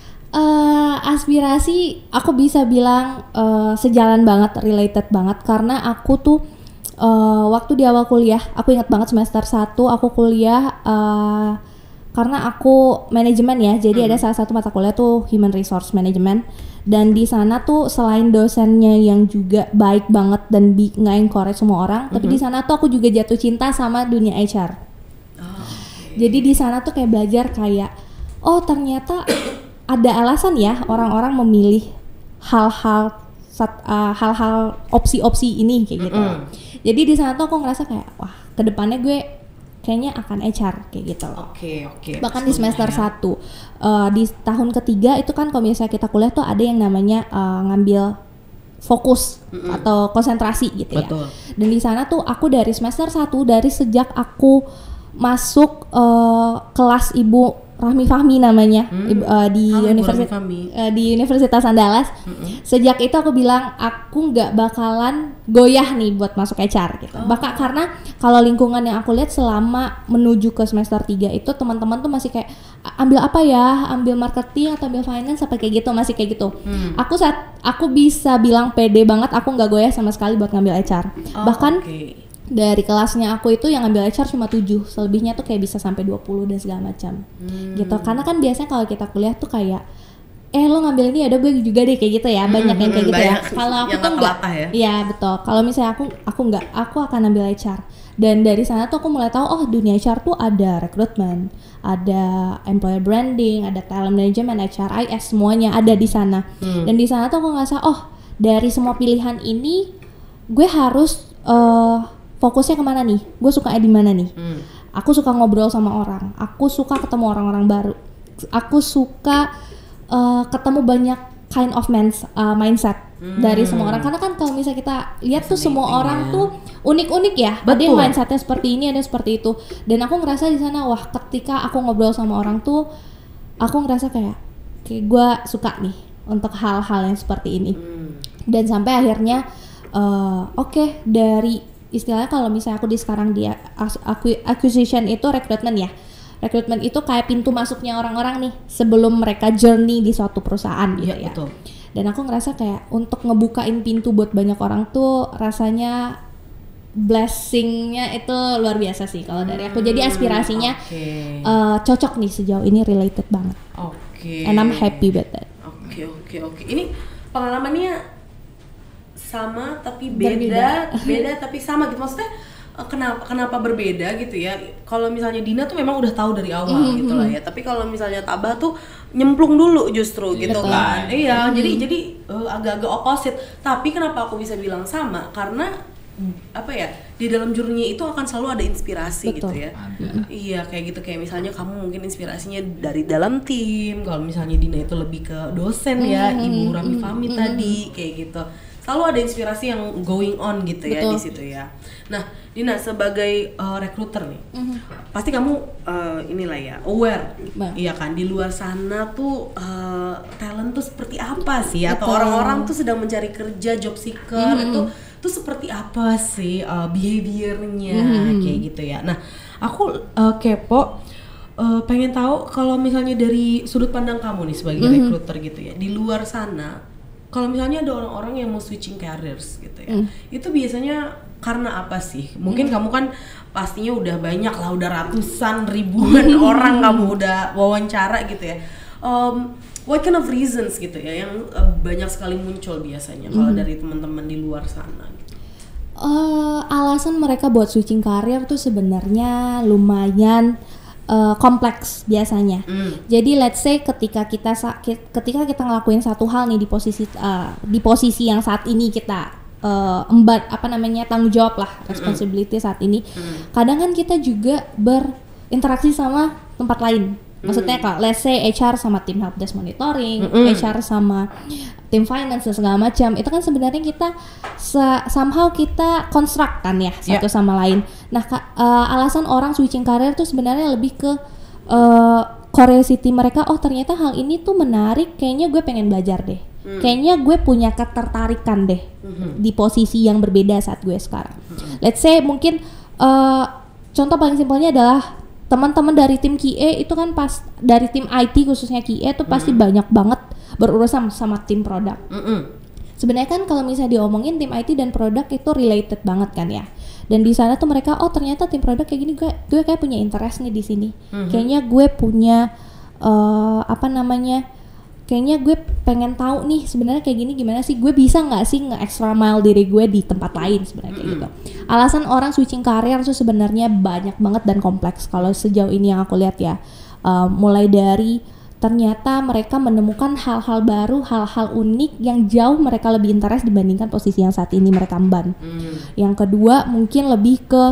Uh, aspirasi aku bisa bilang uh, sejalan banget, related banget karena aku tuh uh, waktu di awal kuliah, aku ingat banget semester satu aku kuliah uh, karena aku manajemen ya, jadi hmm. ada salah satu mata kuliah tuh human resource management, dan di sana tuh selain dosennya yang juga baik banget dan bi- nge-encourage semua orang, hmm. tapi di sana tuh aku juga jatuh cinta sama dunia H R. Oh, okay. Jadi di sana tuh kayak belajar kayak oh ternyata ada alasan ya orang-orang memilih hal-hal sat, uh, hal-hal opsi-opsi ini kayak gitu. Mm-hmm. Jadi di sana tuh aku ngerasa kayak wah kedepannya gue kayaknya akan H R kayak gitu. Oke okay, oke. Okay. Bahkan di semester ya. satu uh, di tahun ketiga itu kan kalau misalnya kita kuliah tuh ada yang namanya uh, ngambil fokus mm-hmm. atau konsentrasi gitu Betul. ya. Dan di sana tuh aku dari semester satu dari sejak aku masuk uh, kelas Ibu Rahmi Fahmi namanya hmm. ibu, uh, di Universitas uh, di Universitas Andalas. Hmm. Sejak itu aku bilang aku nggak bakalan goyah nih buat masuk H R gitu. Oh. Bahkan karena kalau lingkungan yang aku lihat selama menuju ke semester tiga itu teman-teman tuh masih kayak ambil apa ya, ambil marketing atau ambil finance apa kayak gitu, masih kayak gitu. Hmm. Aku saat aku bisa bilang pede banget aku nggak goyah sama sekali buat ngambil H R. Oh, Bahkan okay. dari kelasnya aku itu yang ngambil H R cuma tujuh, selebihnya tuh kayak bisa sampai dua puluh dan segala macam. Hmm. Gitu. Karena kan biasanya kalau kita kuliah tuh kayak eh lo ngambil ini ada gue juga deh kayak gitu ya. Banyak hmm, yang kayak gitu ya. Kalau aku tuh enggak. Ya? Iya, betul. Kalau misalnya aku aku enggak, aku akan ambil H R. Dan dari sana tuh aku mulai tahu oh dunia H R tuh ada rekrutmen, ada employer branding, ada talent management, H R I S, semuanya ada di sana. Hmm. Dan di sana tuh aku ngerasa oh dari semua pilihan ini gue harus uh, fokusnya kemana nih? Gue suka di mana nih? Hmm. Aku suka ngobrol sama orang. Aku suka ketemu orang-orang baru. Aku suka uh, ketemu banyak kind of mans, uh, mindset hmm. dari semua orang. Karena kan kalau misalnya kita lihat tuh semua orang ya. tuh unik-unik ya. Betul. Ada yang mindsetnya seperti ini, ada seperti itu. Dan aku ngerasa di sana wah ketika aku ngobrol sama orang tuh, aku ngerasa kayak kayak gue suka nih untuk hal-hal yang seperti ini. Hmm. Dan sampai akhirnya uh, oke okay, dari istilahnya kalau misalnya aku di sekarang dia acquisition itu rekrutmen ya. Rekrutmen itu kayak pintu masuknya orang-orang nih sebelum mereka journey di suatu perusahaan gitu ya. ya. Betul. Dan aku ngerasa kayak untuk ngebukain pintu buat banyak orang tuh rasanya blessingnya itu luar biasa sih kalau dari aku. Jadi aspirasinya okay. uh, cocok nih sejauh ini, related banget. Oke. Okay. And I'm happy with that. Oke okay, oke okay, oke. Okay. Ini pengalamannya sama tapi beda, berbeda. beda tapi sama gitu. Maksudnya kenapa kenapa berbeda gitu ya? Kalau misalnya Dina tuh memang udah tahu dari awal mm-hmm. gitu lah ya. Tapi kalau misalnya Tabah tuh nyemplung dulu justru gitu Betul. kan. Iya, mm-hmm. jadi jadi uh, agak-agak opposite. Tapi kenapa aku bisa bilang sama? Karena apa ya, di dalam journey itu akan selalu ada inspirasi Betul. gitu ya. Mm-hmm. Iya, kayak gitu, kayak misalnya kamu mungkin inspirasinya dari dalam tim. Kalau misalnya Dina itu lebih ke dosen mm-hmm. ya, Ibu Rahmi Fahmi mm-hmm. tadi kayak gitu. selalu ada inspirasi yang going on gitu ya. Betul. Di situ ya. Nah, Dina sebagai uh, recruiter nih, Mhm. pasti kamu uh, inilah ya aware, Bang. iya kan, di luar sana tuh uh, talent tuh seperti apa sih, atau Betul. orang-orang tuh sedang mencari kerja, job seeker Mhm. itu tuh seperti apa sih uh, behaviornya Mhm. kayak gitu ya. Nah, aku uh, kepo, uh, pengen tahu kalau misalnya dari sudut pandang kamu nih sebagai Mhm. recruiter gitu ya, di luar sana, kalau misalnya ada orang-orang yang mau switching careers gitu ya, Mm. itu biasanya karena apa sih? Mungkin kamu kan pastinya udah banyak lah, udah ratusan ribuan orang kamu udah wawancara gitu ya. Um, what kind of reasons gitu ya yang uh, banyak sekali muncul biasanya kalau dari teman-teman di luar sana? Gitu. Uh, alasan mereka buat switching karir tuh sebenarnya lumayan uh, kompleks biasanya. Mm. Jadi let's say ketika kita sa- ki- ketika kita ngelakuin satu hal nih di posisi uh, di posisi yang saat ini kita uh, embat apa namanya tanggung jawab lah, responsibility saat ini. Kadang kan kita juga berinteraksi sama tempat lain. Maksudnya kalau let's say H R sama tim helpdesk monitoring, Mm-mm. H R sama tim finance dan segala macam, itu kan sebenarnya kita se- somehow kita construct kan ya satu sama lain. Nah, ka- uh, alasan orang switching karir tuh sebenarnya lebih ke uh, curiosity mereka. Oh, ternyata hal ini tuh menarik, kayaknya gue pengen belajar deh. Hmm. Kayaknya gue punya ketertarikan deh Mhm. di posisi yang berbeda saat gue sekarang. Let's say mungkin uh, contoh paling simpelnya adalah teman-teman dari tim Q A itu kan pas dari tim I T khususnya Q A itu pasti banyak banget berurusan sama tim produk. Mm-mm. Sebenarnya kan kalau misalnya diomongin tim I T dan produk itu related banget kan ya. Dan di sana tuh mereka oh ternyata tim produk kayak gini, gue gue kayak punya interest nih di sini. Mhm. Kayaknya gue punya uh, apa namanya? Kayaknya gue pengen tahu nih sebenarnya kayak gini gimana sih, gue bisa nggak sih nge-extra mile diri gue di tempat lain sebenarnya kayak gitu. Alasan orang switching karir tuh sebenarnya banyak banget dan kompleks kalau sejauh ini yang aku lihat ya. Uh, mulai dari ternyata mereka menemukan hal-hal baru, hal-hal unik yang jauh mereka lebih interest dibandingkan posisi yang saat ini mereka emban. Mm. Yang kedua mungkin lebih ke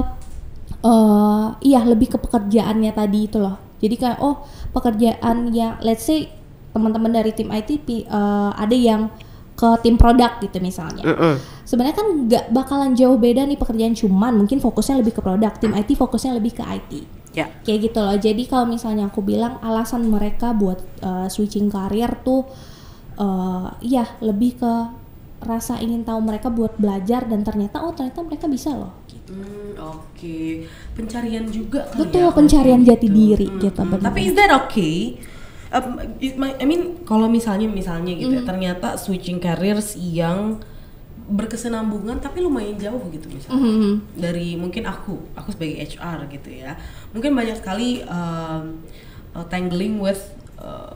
uh, iya lebih ke pekerjaannya tadi itu loh. Jadi kayak oh pekerjaan yang let's say teman-teman dari tim I T pi- uh, ada yang ke tim produk gitu misalnya. Mm-mm. Sebenarnya kan nggak bakalan jauh beda nih pekerjaan, cuman mungkin fokusnya lebih ke produk, tim I T fokusnya lebih ke I T. Ya. Kayak gitu loh. Jadi kalau misalnya aku bilang alasan mereka buat uh, switching karir tuh uh, iya lebih ke rasa ingin tahu mereka buat belajar dan ternyata oh ternyata mereka bisa loh. Hmm, oke. Pencarian juga kali Betul, ya, pencarian kayak jati diri gitu, Hmm, benar. Tapi is that okay? Um, it might- I mean kalau misalnya misalnya gitu ya, ternyata switching careers yang berkesinambungan tapi lumayan jauh gitu misalnya Mhm. dari mungkin aku aku sebagai H R gitu ya, mungkin banyak sekali um, uh, tangling with uh,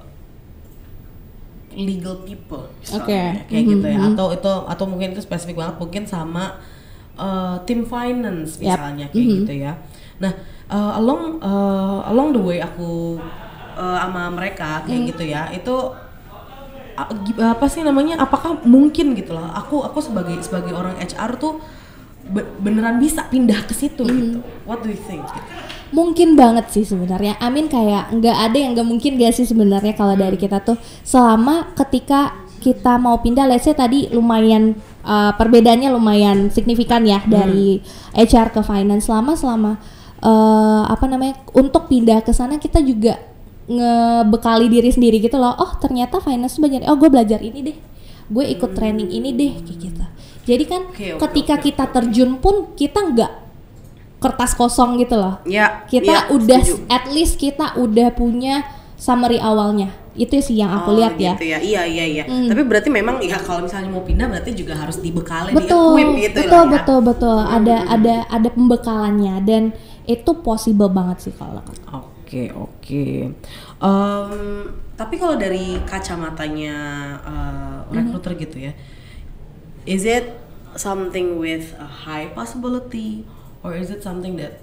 legal people misalnya, Oke. kayak gitu ya, Mhm. atau itu atau mungkin itu spesifik banget mungkin sama uh, tim finance Yap. misalnya kayak Mhm. gitu ya. Nah uh, along uh, along the way aku uh, sama mereka kayak Mhm. gitu ya, itu a- gi- apa sih namanya, apakah mungkin gitu loh aku aku sebagai sebagai orang H R tuh be- beneran bisa pindah ke situ gitu. What do you think? Mungkin banget sih sebenarnya. Amin kayak nggak ada yang nggak mungkin gak sih sebenarnya kalau dari kita tuh selama ketika kita mau pindah, let's say tadi lumayan uh, perbedaannya lumayan signifikan ya dari H R ke finance. Selama selama uh, apa namanya untuk pindah ke sana kita juga ngebekali diri sendiri gitu loh. Oh ternyata finance tuh banyak. Oh gue belajar ini deh. Gue ikut training ini deh kayak gitu. Jadi kan Oke, oke, ketika oke, kita terjun pun kita nggak kertas kosong gitu loh. Ya, Kita ya, udah setuju. at least kita udah punya summary awalnya. Itu sih yang aku Oh, lihat ya. gitu ya. Iya iya iya. Hmm. Tapi berarti memang ya kalau misalnya mau pindah berarti juga harus dibekali, Betul, di-equip gitu betul, lah ya. betul, betul. Ada ada ada pembekalannya dan itu possible banget sih kalau aku. Oke oke. Em, tapi kalau dari kacamatanya uh, recruiter gitu ya, is it something with a high possibility or is it something that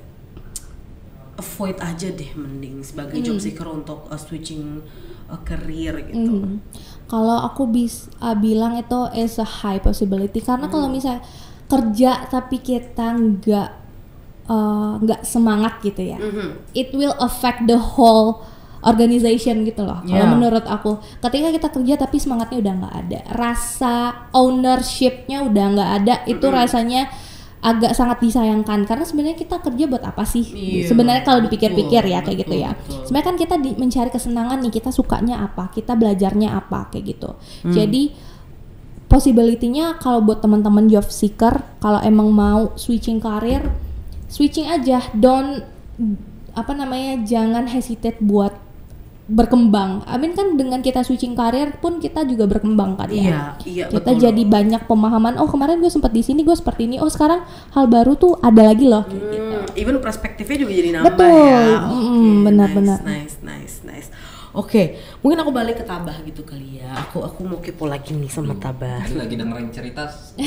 avoid aja deh mending sebagai job seeker untuk uh, switching uh, career gitu? Mhm. Kalau aku bisa bilang itu is a high possibility karena kalau misalnya kerja tapi kita nggak uh, nggak semangat gitu ya, Mhm. it will affect the whole organization gitu loh. Kalau Yeah. menurut aku, ketika kita kerja tapi semangatnya udah nggak ada, rasa ownershipnya udah nggak ada, itu Mm-mm. rasanya agak sangat disayangkan karena sebenarnya kita kerja buat apa sih? Iya, Sebenarnya kalau dipikir-pikir ya kayak betul, gitu ya. betul. Sebenarnya kan kita di- mencari kesenangan nih, kita sukanya apa, kita belajarnya apa kayak gitu. Hmm. Jadi possibility-nya kalau buat teman-teman job seeker, kalau emang mau switching karir, switching aja, don't apa namanya, jangan hesitate buat berkembang. I mean kan dengan kita switching karir pun kita juga berkembang kan ya. Iya, iya, Kita betul. jadi banyak pemahaman. Oh kemarin gue sempat di sini, gue seperti ini. Oh sekarang hal baru tuh ada lagi loh. Kayak gitu. Hmm, even perspektifnya juga jadi nambah Betul. ya. Mm, Oke, benar-benar. Nice, nice, nice, nice. Oke, mungkin aku balik ke Tabah gitu kali ya. Aku aku mau kepo lagi nih sama Tabah. Tadi lagi dengerin cerita.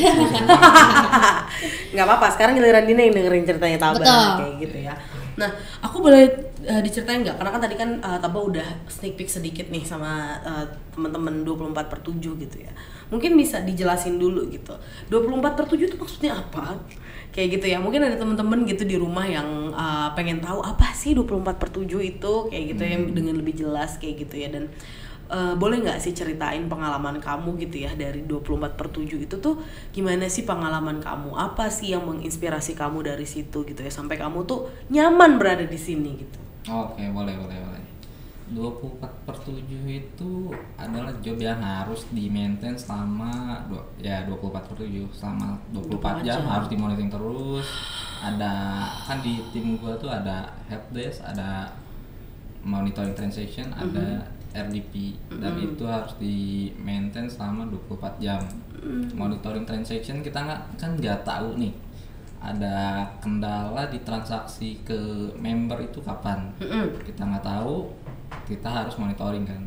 Nggak apa-apa, sekarang giliran Dina yang dengerin ceritanya Tabah Betul. kayak gitu ya. Nah, aku boleh uh, diceritain nggak? Karena kan tadi kan uh, Tabah udah sneak peek sedikit nih sama uh, teman-teman dua puluh empat per tujuh gitu ya. Mungkin bisa dijelasin dulu gitu. dua puluh empat per tujuh itu maksudnya apa? Kayak gitu ya. Mungkin ada teman-teman gitu di rumah yang uh, pengen tahu apa sih dua puluh empat per tujuh itu kayak gitu ya, dengan lebih jelas kayak gitu ya. Dan Uh, boleh nggak sih ceritain pengalaman kamu gitu ya dari dua puluh empat per tujuh itu tuh gimana sih pengalaman kamu, apa sih yang menginspirasi kamu dari situ gitu ya sampai kamu tuh nyaman berada di sini gitu. Oke, boleh, boleh, boleh. dua puluh empat per tujuh itu adalah job yang harus di maintain selama dua, ya dua puluh empat per tujuh, selama dua puluh empat jam, jam. harus dimonitoring terus. Ada kan di tim gua tuh ada helpdesk, ada monitoring transaction, mm-hmm. ada R D P, dan Mm-hmm. itu harus di maintain selama dua puluh empat jam. Mm-hmm. Monitoring transaction kita nggak kan nggak tahu nih ada kendala di transaksi ke member itu kapan, Mm-hmm. kita nggak tahu, kita harus monitoring kan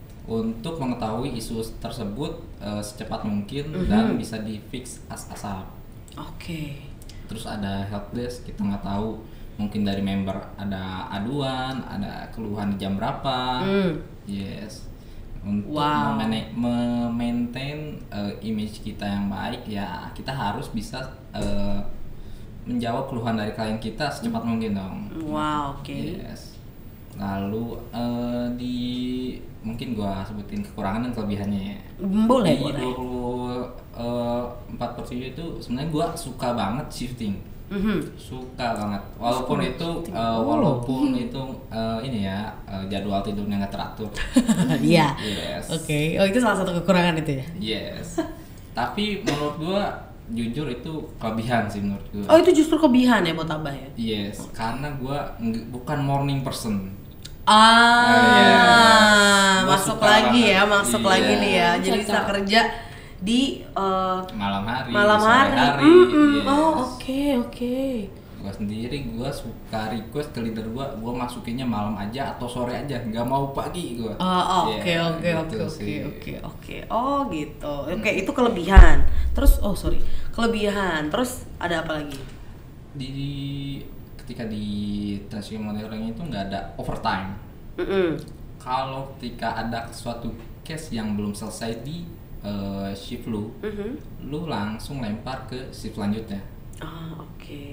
untuk mengetahui isu tersebut uh, secepat mungkin, mm-hmm. dan bisa di fix as-asap. Oke. Okay. Terus ada helpdesk, kita nggak tahu mungkin dari member ada aduan, ada keluhan di jam berapa. Mm. Yes. Untuk Wow. memana- memaintain uh, image kita yang baik ya, kita harus bisa uh, menjawab keluhan dari klien kita secepat mungkin dong. Wow, oke. Okay. Yes. Lalu uh, di mungkin gua sebutin kekurangan dan kelebihannya ya. Boleh, Di boleh. dua puluh empat per tujuh itu sebenarnya gua suka banget shifting. Mm-hmm. Suka banget. Walaupun Suka itu shifting. uh, Oh. walaupun itu uh, ini ya uh, jadwal tidurnya nggak teratur. Iya. Yes. Oke. Oh, itu salah satu kekurangan itu ya. Yes. Tapi menurut gua jujur itu kelebihan sih menurut gua. Oh, itu justru kelebihan ya buat Abah ya. Yes, karena gua nge- bukan morning person. Ah, iya. Gua masuk suka lagi banget. ya, masuk Iya. lagi nih ya. Jadi Cocok. bisa kerja di uh, Malam hari, malam sore hari. hari. Mm-mm. Yes. Oh, oke, oke. Gua sendiri gua suka request ke leader gua, gua masukinnya malam aja atau sore aja, nggak mau pagi gua. Oh, oke, Yeah, oke, gitu oke, oke, sih. oke, oke. Oh, gitu. Oke, itu kelebihan. Terus, oh sorry, kelebihan. Terus ada apa lagi? Di ketika di transaksi monitoring itu nggak ada overtime. Mm-mm. Kalau ketika ada suatu case yang belum selesai di uh, shift lu, Mhm. lu langsung lempar ke shift selanjutnya. Ah, oke.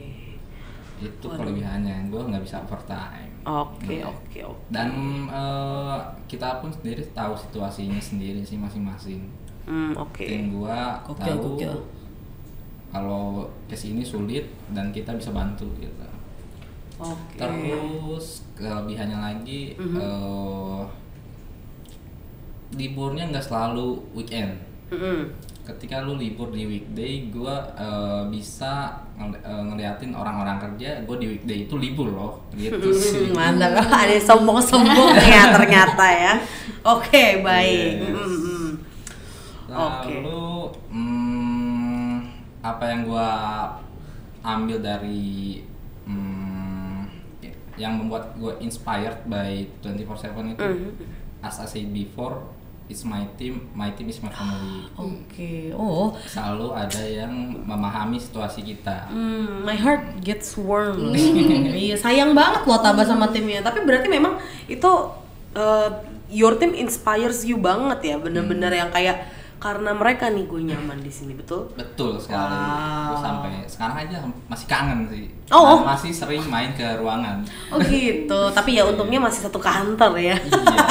Itu Waduh. kelebihannya, gue nggak bisa overtime. Oke, Iya. oke, oke. Dan uh, kita pun sendiri tahu situasinya sendiri sih masing-masing. Hmm, oke. Tim gua Gokil, tahu gokil. kalau case ini sulit dan kita bisa bantu gitu. Oke. Terus kelebihannya lagi, Mhm. eh, liburnya nggak selalu weekend. Mm-mm. Ketika lu libur di weekday, gua eh, bisa ngel- eh, ngeliatin orang-orang kerja, gua di weekday itu libur loh, gitu sih. Mantap, ada sombong-sombong ya ternyata ya. Oke, baik. Yes. Mm-mm. Oke. Lalu hmm, apa yang gua ambil dari hmm, yang membuat gua inspired by twenty-four seven itu, Mhm. as I said before, it's my team, my team is my family. Oke. Oh. Selalu ada yang memahami situasi kita. Hmm, my heart gets warm. Iya, sayang banget loh Tabah sama timnya. Tapi berarti memang itu uh, your team inspires you banget ya, bener-bener yang kayak karena mereka nih gue nyaman di sini, betul? Betul sekali. Wow. Gue sampai sekarang aja masih kangen sih. Oh. Nah, masih sering main ke ruangan. Oh gitu, tapi ya untungnya masih satu kantor ya. Iya.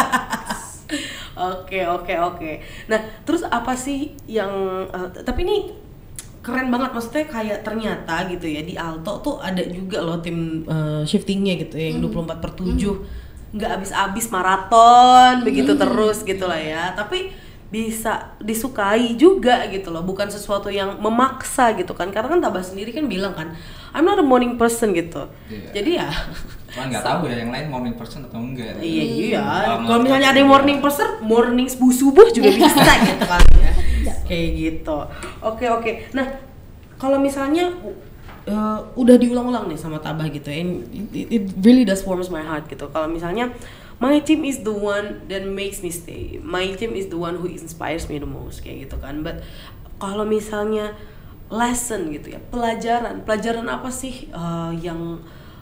Oke oke oke. Nah terus apa sih yang uh, tapi ini keren banget, maksudnya kayak ternyata gitu ya di Alto tuh ada juga loh tim uh, shiftingnya gitu ya, yang dua puluh empat per tujuh nggak habis-habis maraton begitu terus gitu lah ya, tapi bisa disukai juga gitu loh, bukan sesuatu yang memaksa gitu kan, karena kan Tabah sendiri kan bilang kan I'm not a morning person gitu. Yeah. Jadi ya cuman nggak tahu ya yang lain morning person atau enggak. Iya iya. Hmm. Kalau misalnya ada yang morning person, morning subuh subuh juga bisa gitu kan ya. Kayak gitu. Oke oke. Nah kalau misalnya uh, udah diulang-ulang nih sama Tabah gitu, and it, it really does warms my heart gitu. Kalau misalnya my team is the one that makes me stay, my team is the one who inspires me the most kayak gitu kan. But kalau misalnya lesson gitu ya, pelajaran, pelajaran apa sih uh, yang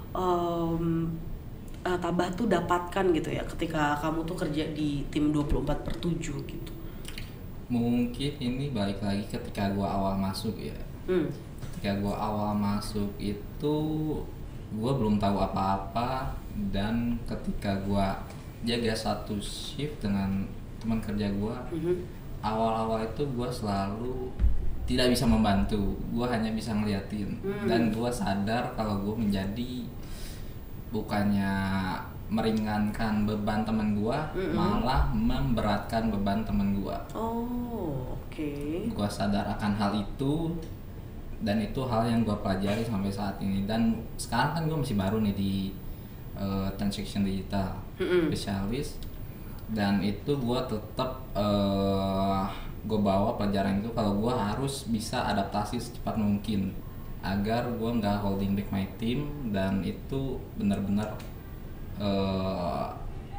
um, uh, Tabah tuh dapatkan gitu ya ketika kamu tuh kerja di tim dua puluh empat per tujuh gitu? Mungkin ini balik lagi ketika gua awal masuk ya. Hmm. Ketika gua awal masuk itu gua belum tahu apa-apa, dan ketika gua jaga satu shift dengan teman kerja gua, mm-hmm. awal-awal itu gua selalu tidak bisa membantu, gua hanya bisa ngeliatin, mm. dan gua sadar kalau gua menjadi bukannya meringankan beban teman gua, mm-hmm. malah memberatkan beban teman gua. Oh, oke. Okay. Gua sadar akan hal itu, dan itu hal yang gua pelajari sampai saat ini. Dan sekarang kan gua masih baru nih di uh, transaction digital, mm-hmm. spesialis, dan itu gua tetap uh, gue bawa pelajaran itu kalau gue harus bisa adaptasi secepat mungkin agar gue nggak holding back my team, dan itu benar-benar uh,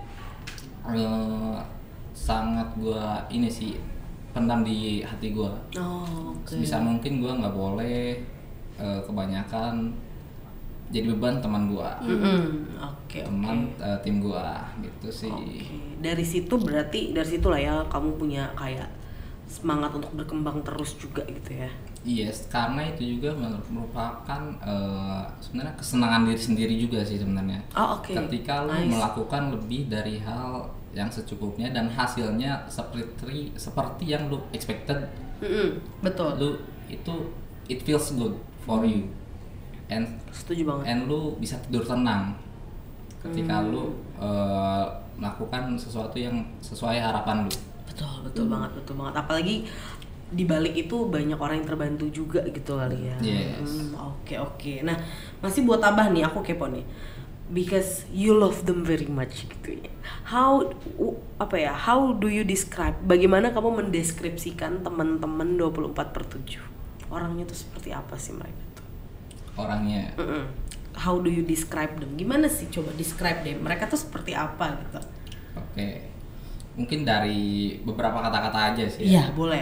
uh, sangat gue ini sih pendam di hati gue. Oh, okay. Sebisa mungkin gue nggak boleh uh, kebanyakan jadi beban teman gue, mm-hmm. okay, teman okay. uh, tim gue gitu sih. Okay. Dari situ berarti dari situ lah ya kamu punya kayak semangat untuk berkembang terus juga gitu ya. Yes, karena itu juga merupakan uh, sebenarnya kesenangan diri sendiri juga sih sebenarnya. Oh, oke. Okay. Ketika lo nice. melakukan lebih dari hal yang secukupnya dan hasilnya seperti seperti yang lo expected. Mm-hmm. Betul. Lo itu it feels good for mm. you. And setuju banget. And lo bisa tidur tenang ketika mm. lo uh, melakukan sesuatu yang sesuai harapan lo. Betul, betul hmm. banget, betul banget. Apalagi di balik itu banyak orang yang terbantu juga gitu kali ya. Yes. Hmm, oke, oke. Nah, masih buat Tabah nih, aku kepo nih. Because you love them very much gitu ya. How apa ya? How do you describe? Bagaimana kamu mendeskripsikan teman-teman dua puluh empat per tujuh? Orangnya tuh seperti apa sih mereka tuh? Orangnya. Mm-mm. How do you describe them? Gimana sih coba describe deh. Mereka tuh seperti apa gitu? Oke. Okay. Mungkin dari beberapa kata-kata aja sih. Iya, ya, boleh.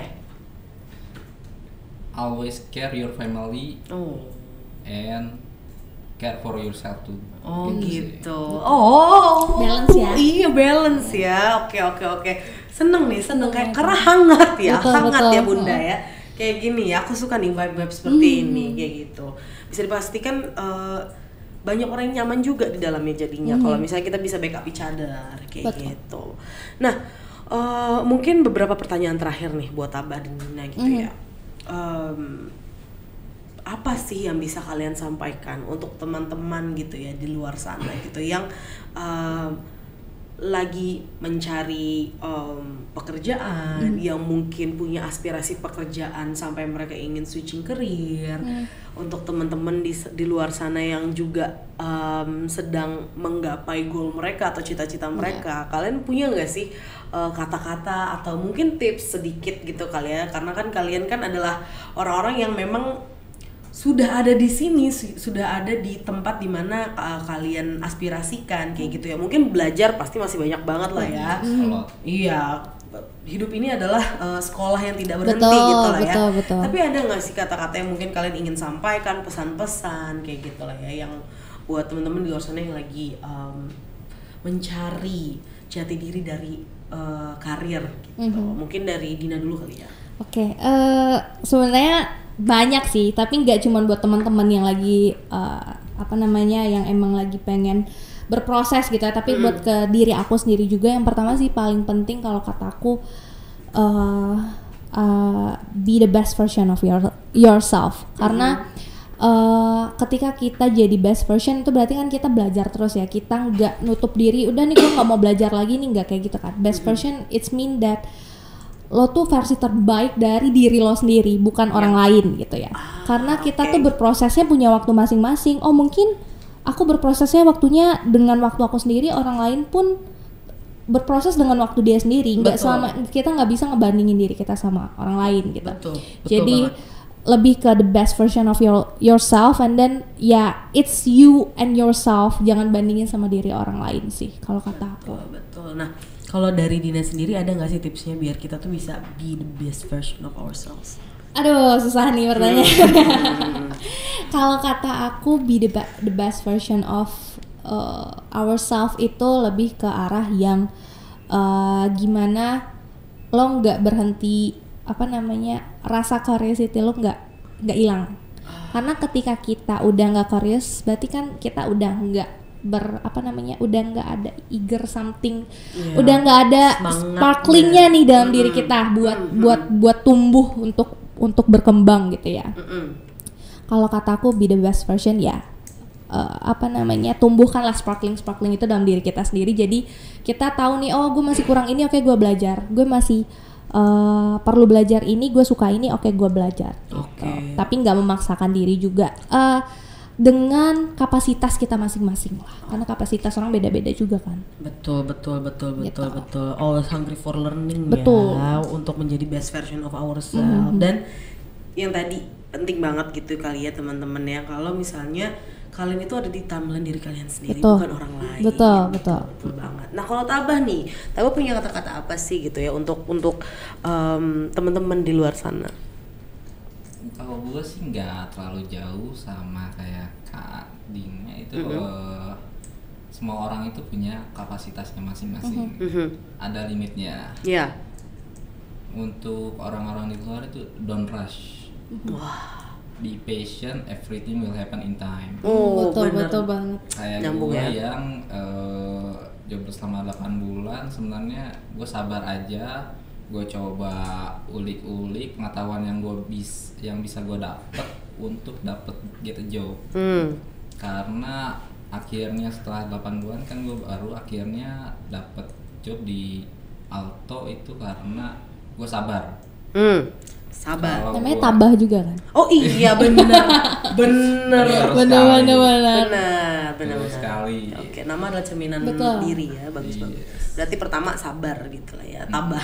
Always care your family. Oh. And care for yourself too. Oh gitu. gitu. Oh. Balance ya. Iya, balance ya. Oke, oke, oke. Seneng nih, seneng kayak karena hangat ya, betul, hangat betul. ya Bunda ya. Kayak gini ya, aku suka nih vibe-vibe seperti hmm. ini kayak gitu. Bisa dipastikan uh, banyak orang yang nyaman juga di dalamnya jadinya. Mm-hmm. Kalau misalnya kita bisa backup each other kayak Betul. gitu. Nah, uh, mungkin beberapa pertanyaan terakhir nih buat Tabah dan Nina gitu mm-hmm. ya. Um, apa sih yang bisa kalian sampaikan untuk teman-teman gitu ya di luar sana gitu yang um, lagi mencari um, pekerjaan, mm. yang mungkin punya aspirasi pekerjaan sampai mereka ingin switching career, mm. untuk teman-teman di di luar sana yang juga um, sedang menggapai goal mereka atau cita-cita mereka, mm. kalian punya nggak sih uh, kata-kata atau mungkin tips sedikit gitu kali ya, karena kan kalian kan adalah orang-orang yang memang sudah ada di sini, sudah ada di tempat dimana uh, kalian aspirasikan kayak gitu ya. Mungkin belajar pasti masih banyak banget lah ya. Hmm. Iya, hidup ini adalah uh, sekolah yang tidak berhenti betul, gitu lah betul, ya. Betul. Tapi ada nggak sih kata-kata yang mungkin kalian ingin sampaikan, pesan-pesan kayak gitu lah ya, yang buat teman-teman di luar sana yang lagi um, mencari jati diri dari uh, karir gitu. Mhm. Mungkin dari Dina dulu kali ya. Oke, eh sebenarnya banyak sih, tapi nggak cuma buat teman-teman yang lagi eh, apa namanya, yang emang lagi pengen berproses gitu ya, tapi Mm. buat ke diri aku sendiri juga. Yang pertama sih paling penting kalau kataku, uh, uh, be the best version of your yourself. Karena uh, ketika kita jadi best version itu berarti kan kita belajar terus ya, kita nggak nutup diri, udah nih gue nggak mau belajar lagi nih, nggak kayak gitu kan. Best version it's mean that lo tuh versi terbaik dari diri lo sendiri, bukan orang lain gitu ya. Karena kita oke. tuh berprosesnya punya waktu masing-masing. Oh mungkin aku berprosesnya waktunya dengan waktu aku sendiri, orang lain pun berproses dengan waktu dia sendiri. Nggak Betul. selama kita nggak bisa ngebandingin diri kita sama orang lain gitu. Betul, betul Jadi banget. lebih ke the best version of your yourself, and then ya yeah, it's you and yourself. Jangan bandingin sama diri orang lain sih kalau kata aku. Betul, betul. Nah, kalau dari Dina sendiri ada nggak sih tipsnya biar kita tuh bisa be the best version of ourselves? Aduh, susah nih pertanyaan. Kalau kata aku be the, ba- the best version of uh, ourselves itu lebih ke arah yang uh, gimana lo nggak berhenti, apa namanya, rasa curiosity lo nggak nggak hilang. Karena ketika kita udah nggak curious, berarti kan kita udah nggak ber apa namanya, udah nggak ada eager something, Iya, udah nggak ada semangatnya. sparklingnya nih dalam diri Mm-mm. kita buat Mm-mm. buat buat tumbuh untuk untuk berkembang gitu ya. Mm-mm. Kalau kataku be the best version ya, uh, apa namanya, tumbuhkanlah sparkling sparkling itu dalam diri kita sendiri. Jadi kita tahu nih, oh gue masih kurang ini, oke gue belajar. Gue masih uh, perlu belajar ini, gue suka ini, oke gue belajar. Oke. Gitu. Tapi nggak memaksakan diri juga. Uh, dengan kapasitas kita masing-masing lah, karena kapasitas orang beda-beda juga kan. Betul, betul, betul, betul, Gitu. betul. Always hungry for learning Betul. ya, untuk menjadi best version of ourselves. Mhm. Dan yang tadi penting banget gitu kali ya teman-teman ya, kalau misalnya kalian itu ada di timeline diri kalian sendiri, Betul. bukan orang lain. Betul, betul. betul banget. Nah kalau Tabah nih, Tabah punya kata-kata apa sih gitu ya untuk untuk um, teman-teman di luar sana? Kalau gue sih nggak terlalu jauh sama kayak Kak Dina itu. Mhm. eh, semua orang itu punya kapasitasnya masing-masing. Mhm. Ada limitnya. Ya. Untuk orang-orang di luar itu don't rush. Wah. Be patient, everything will happen in time. Oh, betul bener. betul banget. Kayak Nyambung gue ya. yang uh, job selama delapan bulan, sebenarnya gue sabar aja. Gue coba ulik-ulik pengetahuan yang gue bis yang bisa gue dapet untuk dapet get a job. Hmm. Karena akhirnya setelah delapan bulan kan gue baru akhirnya dapet job di Alto itu karena gue sabar. Hmm. Sabar. Kalau Namanya gua- tabah juga kan. Oh iya bener, bener, Bener Bener sekali. bener bener. benar, benar Betul sekali. Oke, nama adalah cerminan Betul. diri ya, bagus Yes. bagus. Berarti pertama sabar gitu lah ya, tabah.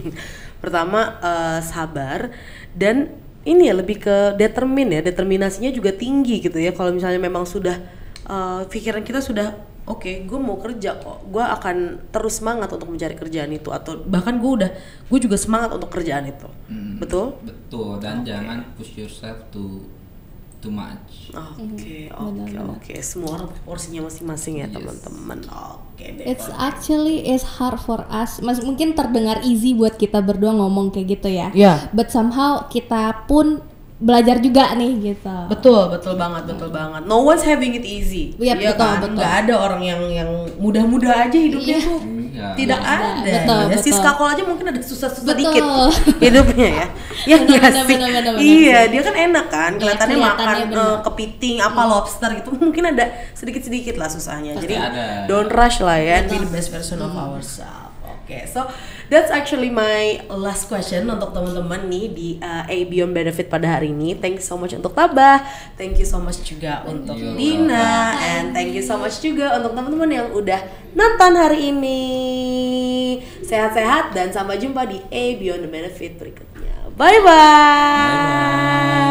Pertama eh, sabar, dan ini ya lebih ke determin ya, determinasinya juga tinggi gitu ya. Kalau misalnya memang sudah eh, pikiran kita sudah oke, gue mau kerja kok, gue akan terus semangat untuk mencari kerjaan itu, atau bahkan gue udah, gue juga semangat untuk kerjaan itu, Hmm, betul? Betul, dan jangan push yourself to too much. Oke, Mhm, oke, benar-benar. oke. Semua orang porsinya masing-masing ya, Yes. teman-teman. Oke deh. It's kalau- actually is hard for us. Mas mungkin terdengar easy buat kita berdua ngomong kayak gitu ya. Iya. But somehow kita pun belajar juga nih gitu. Betul, betul banget, betul banget. No one's having it easy. Iya, Iya betul, kan? betul. Nggak ada orang yang yang mudah-mudah aja hidupnya Iya. tuh. Enggak. Tidak Nggak ada. ada. Betul, ya, betul. Siska Kol aja mungkin ada susah-susah Betul. dikit hidupnya ya. Ya Benar, nggak benar, sih? benar, benar, benar Iya, sih. dia kan enak kan. Kelihatannya makan kelihatannya benar. eh, kepiting, apa lobster gitu. Mungkin ada sedikit-sedikit lah susahnya. Pasti Jadi ada. don't rush lah ya. Be Betul. the best version of ourselves. Oke, so that's actually my last question untuk teman-teman nih di uh, A Beyond Benefit pada hari ini. Thank you so much untuk Tabah, thank you so much juga untuk you. Dina, and thank you so much juga untuk teman-teman yang udah nonton hari ini. Sehat-sehat dan sampai jumpa di A Beyond the Benefit berikutnya. Bye bye. Bye-bye.